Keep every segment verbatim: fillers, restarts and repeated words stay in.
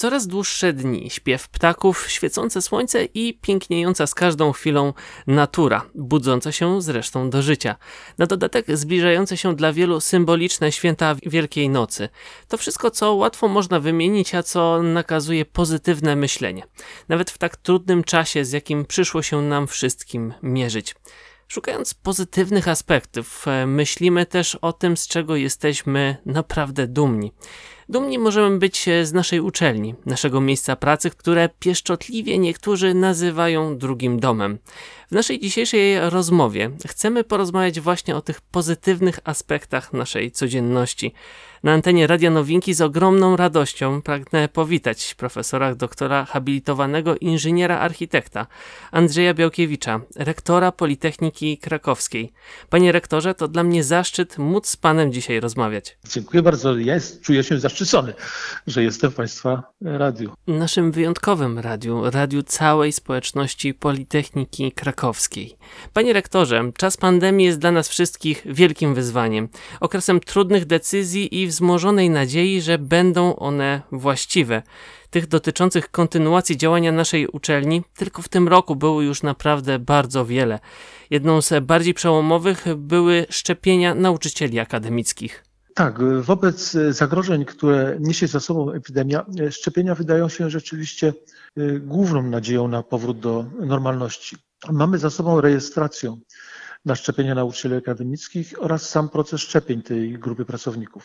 Coraz dłuższe dni, śpiew ptaków, świecące słońce i piękniejąca z każdą chwilą natura, budząca się zresztą do życia. Na dodatek zbliżające się dla wielu symboliczne święta Wielkiej Nocy. To wszystko, co łatwo można wymienić, a co nakazuje pozytywne myślenie. Nawet w tak trudnym czasie, z jakim przyszło się nam wszystkim mierzyć. Szukając pozytywnych aspektów, myślimy też o tym, z czego jesteśmy naprawdę dumni. Dumni możemy być z naszej uczelni, naszego miejsca pracy, które pieszczotliwie niektórzy nazywają drugim domem. W naszej dzisiejszej rozmowie chcemy porozmawiać właśnie o tych pozytywnych aspektach naszej codzienności. Na antenie Radia Nowinki z ogromną radością pragnę powitać profesora doktora habilitowanego inżyniera architekta Andrzeja Białkiewicza, rektora Politechniki Krakowskiej. Panie rektorze, to dla mnie zaszczyt móc z panem dzisiaj rozmawiać. Dziękuję bardzo. Ja jest, czuję się zaszczycony, że jestem w państwa radiu. Naszym wyjątkowym radiu, radiu całej społeczności Politechniki Krakowskiej. Panie rektorze, czas pandemii jest dla nas wszystkich wielkim wyzwaniem, okresem trudnych decyzji i wzmożonej nadziei, że będą one właściwe. Tych dotyczących kontynuacji działania naszej uczelni tylko w tym roku było już naprawdę bardzo wiele. Jedną z bardziej przełomowych były szczepienia nauczycieli akademickich. Tak, wobec zagrożeń, które niesie za sobą epidemia, szczepienia wydają się rzeczywiście główną nadzieją na powrót do normalności. Mamy za sobą rejestrację na szczepienia nauczycieli akademickich oraz sam proces szczepień tej grupy pracowników.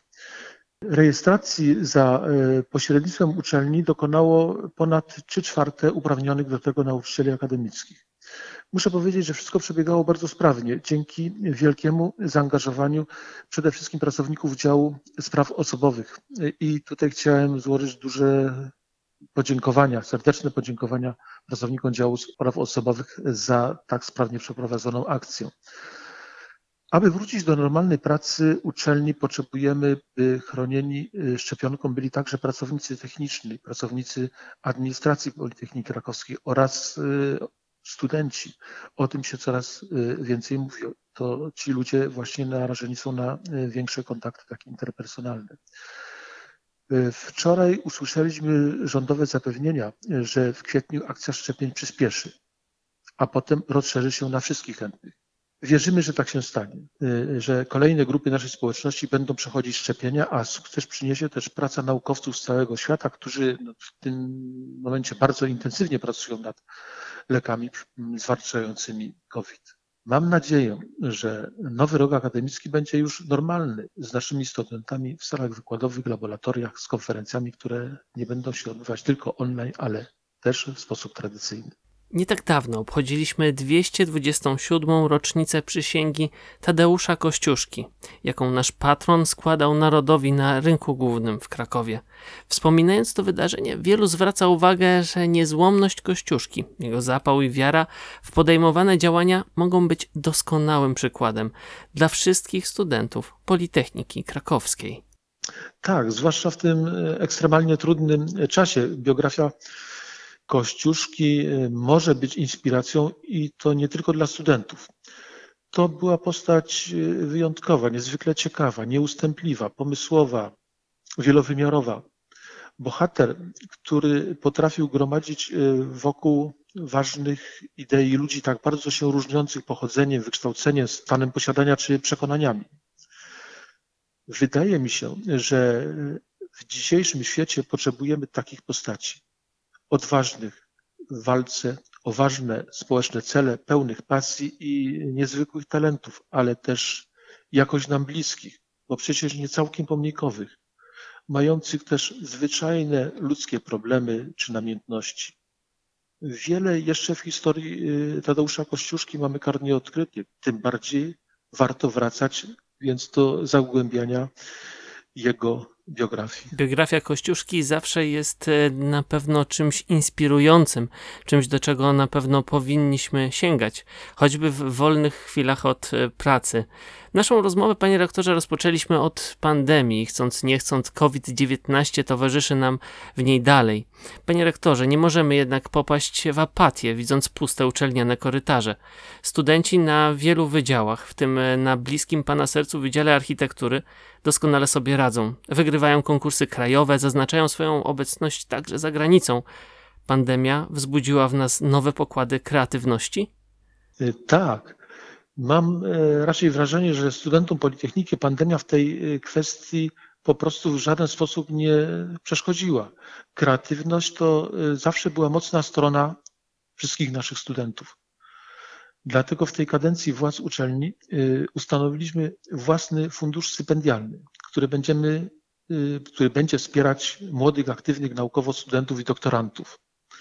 Rejestracji za pośrednictwem uczelni dokonało ponad trzy czwarte uprawnionych do tego nauczycieli akademickich. Muszę powiedzieć, że wszystko przebiegało bardzo sprawnie dzięki wielkiemu zaangażowaniu przede wszystkim pracowników działu spraw osobowych. I tutaj chciałem złożyć duże podziękowania, serdeczne podziękowania pracownikom działu spraw osobowych za tak sprawnie przeprowadzoną akcję. Aby wrócić do normalnej pracy uczelni, potrzebujemy, by chronieni szczepionką byli także pracownicy techniczni, pracownicy administracji Politechniki Krakowskiej oraz studenci. O tym się coraz więcej mówi. To ci ludzie właśnie narażeni są na większe kontakty takie interpersonalne. Wczoraj usłyszeliśmy rządowe zapewnienia, że w kwietniu akcja szczepień przyspieszy, a potem rozszerzy się na wszystkich chętnych. Wierzymy, że tak się stanie, że kolejne grupy naszej społeczności będą przechodzić szczepienia, a sukces przyniesie też praca naukowców z całego świata, którzy w tym momencie bardzo intensywnie pracują nad lekami zwalczającymi COVID. Mam nadzieję, że nowy rok akademicki będzie już normalny z naszymi studentami w salach wykładowych, laboratoriach, z konferencjami, które nie będą się odbywać tylko online, ale też w sposób tradycyjny. Nie tak dawno obchodziliśmy dwieście dwudziestą siódmą rocznicę przysięgi Tadeusza Kościuszki, jaką nasz patron składał narodowi na rynku głównym w Krakowie. Wspominając to wydarzenie, wielu zwraca uwagę, że niezłomność Kościuszki, jego zapał i wiara w podejmowane działania mogą być doskonałym przykładem dla wszystkich studentów Politechniki Krakowskiej. Tak, zwłaszcza w tym ekstremalnie trudnym czasie. Biografia Kościuszki może być inspiracją i to nie tylko dla studentów. To była postać wyjątkowa, niezwykle ciekawa, nieustępliwa, pomysłowa, wielowymiarowa. Bohater, który potrafił gromadzić wokół ważnych idei ludzi tak bardzo się różniących pochodzeniem, wykształceniem, stanem posiadania czy przekonaniami. Wydaje mi się, że w dzisiejszym świecie potrzebujemy takich postaci. Odważnych w walce o ważne społeczne cele, pełnych pasji i niezwykłych talentów, ale też jakoś nam bliskich, bo przecież nie całkiem pomnikowych, mających też zwyczajne ludzkie problemy czy namiętności. Wiele jeszcze w historii Tadeusza Kościuszki mamy karnie odkryte, tym bardziej warto wracać więc do zagłębiania jego biografii. Biografia Kościuszki zawsze jest na pewno czymś inspirującym, czymś, do czego na pewno powinniśmy sięgać, choćby w wolnych chwilach od pracy. Naszą rozmowę, panie rektorze, rozpoczęliśmy od pandemii. Chcąc nie chcąc, COVID dziewiętnaście towarzyszy nam w niej dalej. Panie rektorze, nie możemy jednak popaść w apatię, widząc puste uczelniane korytarze. Studenci na wielu wydziałach, w tym na bliskim pana sercu Wydziale Architektury, doskonale sobie radzą. Wygrywają konkursy krajowe, zaznaczają swoją obecność także za granicą. Pandemia wzbudziła w nas nowe pokłady kreatywności? Tak. Mam raczej wrażenie, że studentom Politechniki pandemia w tej kwestii po prostu w żaden sposób nie przeszkodziła. Kreatywność to zawsze była mocna strona wszystkich naszych studentów. Dlatego w tej kadencji władz uczelni ustanowiliśmy własny fundusz stypendialny, który, będziemy, który będzie wspierać młodych, aktywnych naukowo studentów i doktorantów.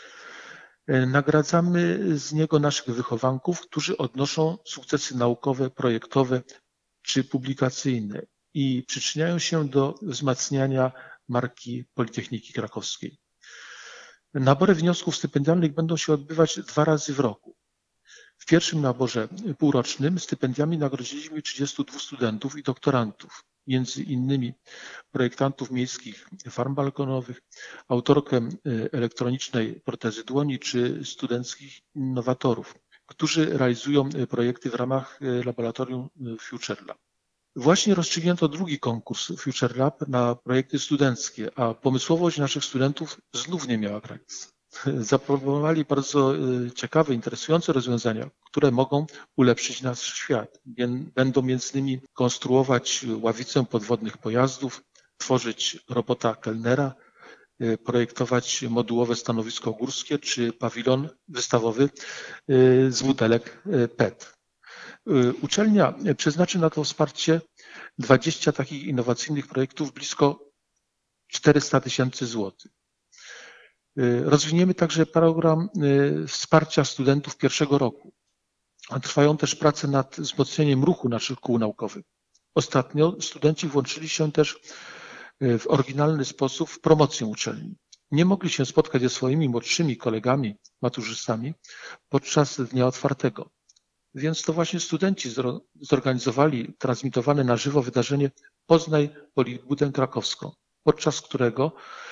Nagradzamy z niego naszych wychowanków, którzy odnoszą sukcesy naukowe, projektowe czy publikacyjne i przyczyniają się do wzmacniania marki Politechniki Krakowskiej. Nabory wniosków stypendialnych będą się odbywać dwa razy w roku. W pierwszym naborze półrocznym stypendiami nagrodziliśmy trzydziestu dwóch studentów i doktorantów, między innymi projektantów miejskich farm balkonowych, autorkę elektronicznej protezy dłoni czy studenckich innowatorów, którzy realizują projekty w ramach laboratorium Future Lab. Właśnie rozstrzygnięto drugi konkurs Future Lab na projekty studenckie, a pomysłowość naszych studentów znów nie miała granic. Zaproponowali bardzo ciekawe, interesujące rozwiązania, które mogą ulepszyć nasz świat. Będą między innymi konstruować ławicę podwodnych pojazdów, tworzyć robota kelnera, projektować modułowe stanowisko górskie czy pawilon wystawowy z butelek P E T. Uczelnia przeznaczy na to wsparcie dwadzieścia takich innowacyjnych projektów, blisko czterysta tysięcy złotych. Rozwiniemy także program wsparcia studentów pierwszego roku. Trwają też prace nad wzmocnieniem ruchu naszych kół naukowych. Ostatnio studenci włączyli się też w oryginalny sposób w promocję uczelni. Nie mogli się spotkać ze swoimi młodszymi kolegami, maturzystami podczas dnia otwartego. Więc to właśnie studenci zorganizowali transmitowane na żywo wydarzenie Poznaj Politbudę Krakowską, podczas którego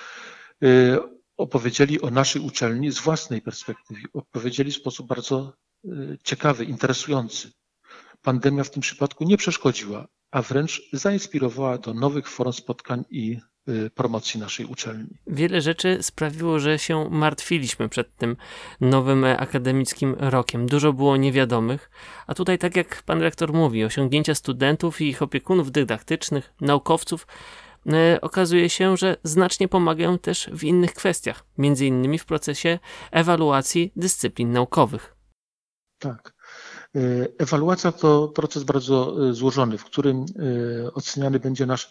opowiedzieli o naszej uczelni z własnej perspektywy. Opowiedzieli w sposób bardzo ciekawy, interesujący. Pandemia w tym przypadku nie przeszkodziła, a wręcz zainspirowała do nowych form spotkań i promocji naszej uczelni. Wiele rzeczy sprawiło, że się martwiliśmy przed tym nowym akademickim rokiem. Dużo było niewiadomych, a tutaj, tak jak pan rektor mówi, osiągnięcia studentów i ich opiekunów dydaktycznych, naukowców, e, okazuje się, że znacznie pomagają też w innych kwestiach, między innymi w procesie ewaluacji dyscyplin naukowych. Tak. Ewaluacja to proces bardzo złożony, w którym oceniany będzie nasz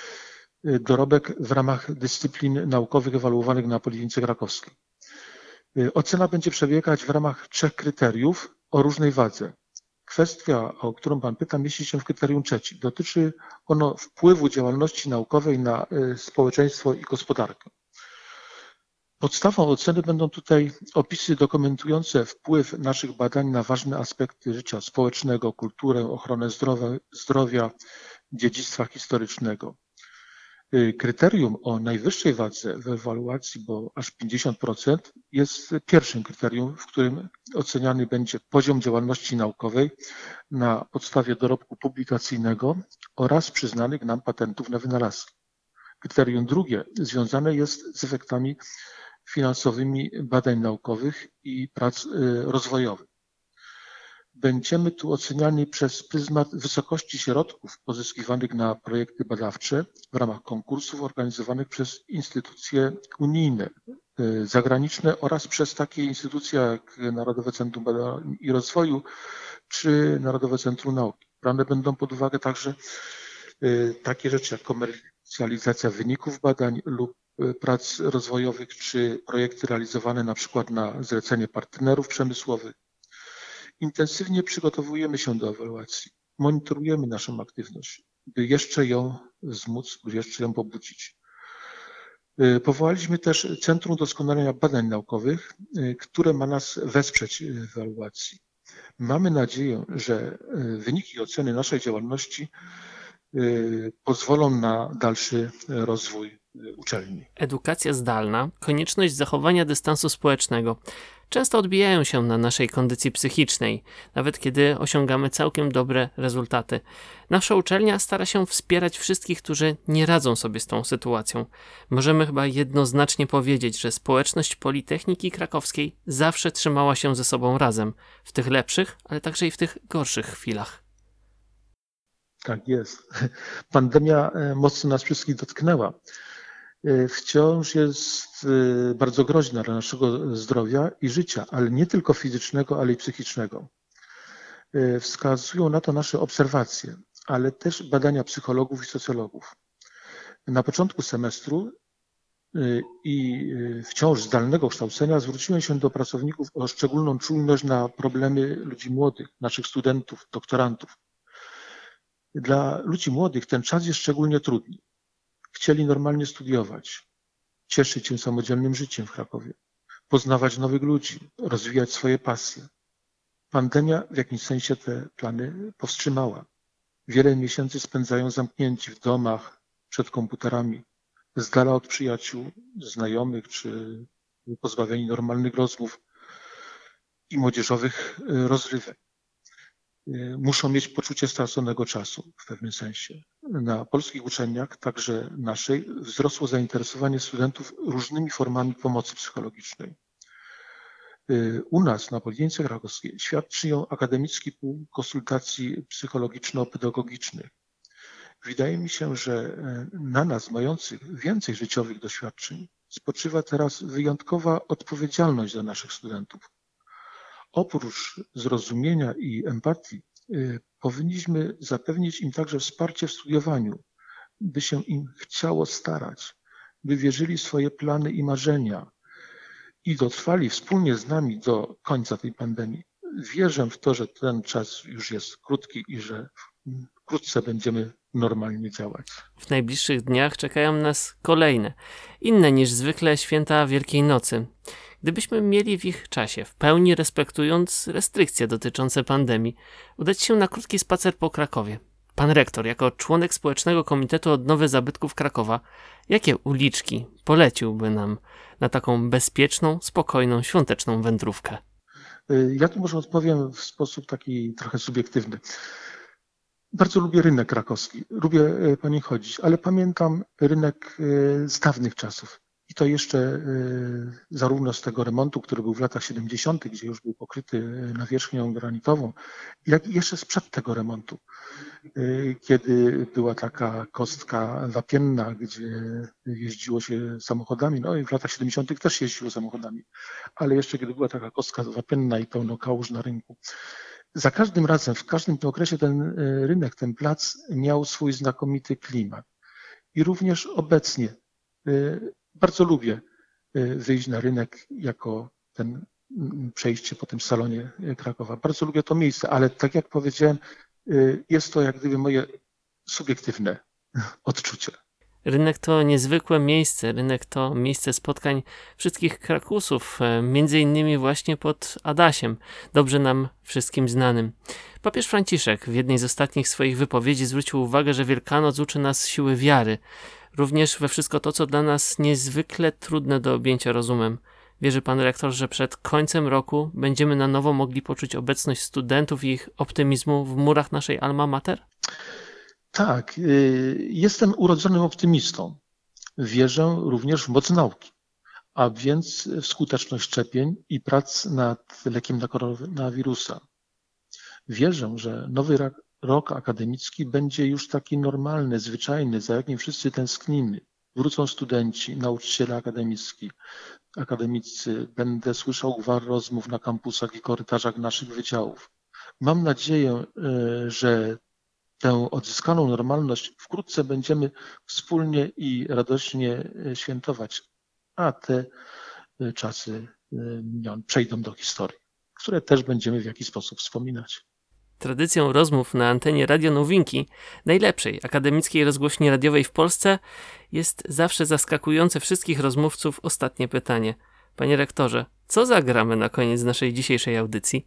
dorobek w ramach dyscyplin naukowych ewaluowanych na Politechnice Krakowskiej. Ocena będzie przebiegać w ramach trzech kryteriów o różnej wadze. Kwestia, o którą pan pyta, mieści się w kryterium trzecim. Dotyczy ono wpływu działalności naukowej na społeczeństwo i gospodarkę. Podstawą oceny będą tutaj opisy dokumentujące wpływ naszych badań na ważne aspekty życia społecznego, kulturę, ochronę zdrowia, zdrowia dziedzictwa historycznego. Kryterium o najwyższej wadze w ewaluacji, bo aż pięćdziesiąt procent, jest pierwszym kryterium, w którym oceniany będzie poziom działalności naukowej na podstawie dorobku publikacyjnego oraz przyznanych nam patentów na wynalazki. Kryterium drugie związane jest z efektami finansowymi badań naukowych i prac rozwojowych. Będziemy tu oceniani przez pryzmat wysokości środków pozyskiwanych na projekty badawcze w ramach konkursów organizowanych przez instytucje unijne, zagraniczne oraz przez takie instytucje jak Narodowe Centrum Badań i Rozwoju czy Narodowe Centrum Nauki. Brane będą pod uwagę także takie rzeczy jak komercjalizacja wyników badań lub prac rozwojowych czy projekty realizowane na przykład na zlecenie partnerów przemysłowych. Intensywnie przygotowujemy się do ewaluacji, monitorujemy naszą aktywność, by jeszcze ją wzmóc, by jeszcze ją pobudzić. Powołaliśmy też Centrum Doskonalenia Badań Naukowych, które ma nas wesprzeć w ewaluacji. Mamy nadzieję, że wyniki oceny naszej działalności pozwolą na dalszy rozwój uczelni. Edukacja zdalna, konieczność zachowania dystansu społecznego. często odbijają się na naszej kondycji psychicznej, nawet kiedy osiągamy całkiem dobre rezultaty. Nasza uczelnia stara się wspierać wszystkich, którzy nie radzą sobie z tą sytuacją. Możemy chyba jednoznacznie powiedzieć, że społeczność Politechniki Krakowskiej zawsze trzymała się ze sobą razem, w tych lepszych, ale także i w tych gorszych chwilach. Tak jest. Pandemia mocno nas wszystkich dotknęła. Wciąż jest bardzo groźna dla naszego zdrowia i życia, ale nie tylko fizycznego, ale i psychicznego. Wskazują na to nasze obserwacje, ale też badania psychologów i socjologów. Na początku semestru i wciąż zdalnego kształcenia zwróciłem się do pracowników o szczególną czujność na problemy ludzi młodych, naszych studentów, doktorantów. Dla ludzi młodych ten czas jest szczególnie trudny. Chcieli normalnie studiować, cieszyć się samodzielnym życiem w Krakowie, poznawać nowych ludzi, rozwijać swoje pasje. Pandemia w jakimś sensie te plany powstrzymała. Wiele miesięcy spędzają zamknięci w domach, przed komputerami, z dala od przyjaciół, znajomych czy pozbawieni normalnych rozmów i młodzieżowych rozrywek. Muszą mieć poczucie straconego czasu w pewnym sensie. Na polskich uczelniach, także naszej, wzrosło zainteresowanie studentów różnymi formami pomocy psychologicznej. U nas na Politechnice Krakowskiej świadczy ją akademicki pół konsultacji psychologiczno-pedagogicznych. Wydaje mi się, że na nas, mających więcej życiowych doświadczeń, spoczywa teraz wyjątkowa odpowiedzialność za naszych studentów. Oprócz zrozumienia i empatii powinniśmy zapewnić im także wsparcie w studiowaniu, by się im chciało starać, by wierzyli w swoje plany i marzenia i dotrwali wspólnie z nami do końca tej pandemii. Wierzę w to, że ten czas już jest krótki i że wkrótce będziemy normalnie działać. W najbliższych dniach czekają nas kolejne, inne niż zwykle święta Wielkiej Nocy. Gdybyśmy mieli w ich czasie, w pełni respektując restrykcje dotyczące pandemii, udać się na krótki spacer po Krakowie. Pan rektor, jako członek Społecznego Komitetu Odnowy Zabytków Krakowa, jakie uliczki poleciłby nam na taką bezpieczną, spokojną, świąteczną wędrówkę? Ja tu może odpowiem w sposób taki trochę subiektywny. Bardzo lubię rynek krakowski, lubię po nim chodzić, ale pamiętam rynek z dawnych czasów. I to jeszcze zarówno z tego remontu, który był w latach siedemdziesiątych, gdzie już był pokryty nawierzchnią granitową, jak i jeszcze sprzed tego remontu, kiedy była taka kostka wapienna, gdzie jeździło się samochodami, no i w latach siedemdziesiątych też jeździło samochodami, ale jeszcze kiedy była taka kostka wapienna i pełno kałuż na rynku. Za każdym razem, w każdym tym okresie ten rynek, ten plac miał swój znakomity klimat. I również obecnie bardzo lubię wyjść na rynek jako ten przejście po tym salonie Krakowa. Bardzo lubię to miejsce, ale tak jak powiedziałem, jest to jak gdyby moje subiektywne odczucie. Rynek to niezwykłe miejsce. Rynek to miejsce spotkań wszystkich Krakusów, między innymi właśnie pod Adasiem, dobrze nam wszystkim znanym. Papież Franciszek w jednej z ostatnich swoich wypowiedzi zwrócił uwagę, że Wielkanoc uczy nas siły wiary, również we wszystko to, co dla nas niezwykle trudne do objęcia rozumem. Wierzy pan rektor, że przed końcem roku będziemy na nowo mogli poczuć obecność studentów i ich optymizmu w murach naszej alma mater? Tak, jestem urodzonym optymistą. Wierzę również w moc nauki, a więc w skuteczność szczepień i prac nad lekiem na koronawirusa. Wierzę, że nowy rok akademicki będzie już taki normalny, zwyczajny, za jakim wszyscy tęsknimy. Wrócą studenci, nauczyciele akademicki, akademicy. Będę słyszał gwar rozmów na kampusach i korytarzach naszych wydziałów. Mam nadzieję, że tę odzyskaną normalność wkrótce będziemy wspólnie i radośnie świętować, a te czasy przejdą do historii, które też będziemy w jakiś sposób wspominać. Tradycją rozmów na antenie Radio Nowinki, najlepszej akademickiej rozgłośni radiowej w Polsce, jest zawsze zaskakujące wszystkich rozmówców ostatnie pytanie. Panie rektorze, co zagramy na koniec naszej dzisiejszej audycji?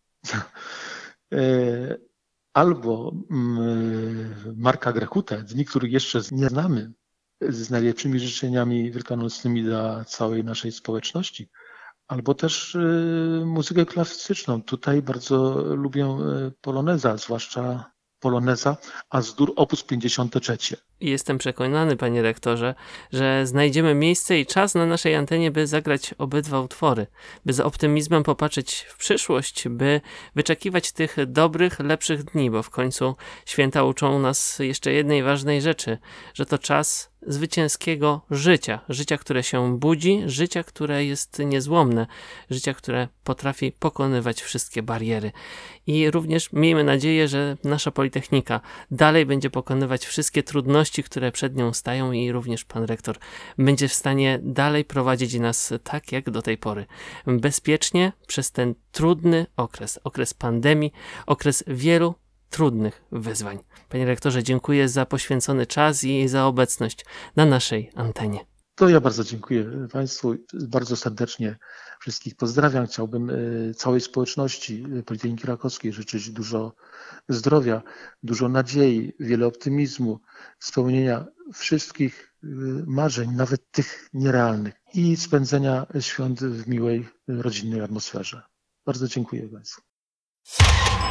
Albo Marka Grekutę, dni, których jeszcze nie znamy, z najlepszymi życzeniami wielkanocnymi dla całej naszej społeczności, albo też y, muzykę klasyczną. Tutaj bardzo lubię y, poloneza, zwłaszcza poloneza As-Dur op. pięćdziesiąt trzy. I jestem przekonany, panie rektorze, że znajdziemy miejsce i czas na naszej antenie, by zagrać obydwa utwory, by z optymizmem popatrzeć w przyszłość, by wyczekiwać tych dobrych, lepszych dni, bo w końcu święta uczą nas jeszcze jednej ważnej rzeczy, że to czas zwycięskiego życia, życia, które się budzi, życia, które jest niezłomne, życia, które potrafi pokonywać wszystkie bariery. I również miejmy nadzieję, że nasza Politechnika dalej będzie pokonywać wszystkie trudności, które przed nią stają i również pan rektor będzie w stanie dalej prowadzić nas tak jak do tej pory. Bezpiecznie przez ten trudny okres, okres pandemii, okres wielu trudnych wyzwań. Panie rektorze, dziękuję za poświęcony czas i za obecność na naszej antenie. To ja bardzo dziękuję Państwu, bardzo serdecznie wszystkich pozdrawiam. Chciałbym całej społeczności Politechniki Krakowskiej życzyć dużo zdrowia, dużo nadziei, wiele optymizmu, spełnienia wszystkich marzeń, nawet tych nierealnych i spędzenia świąt w miłej, rodzinnej atmosferze. Bardzo dziękuję Państwu.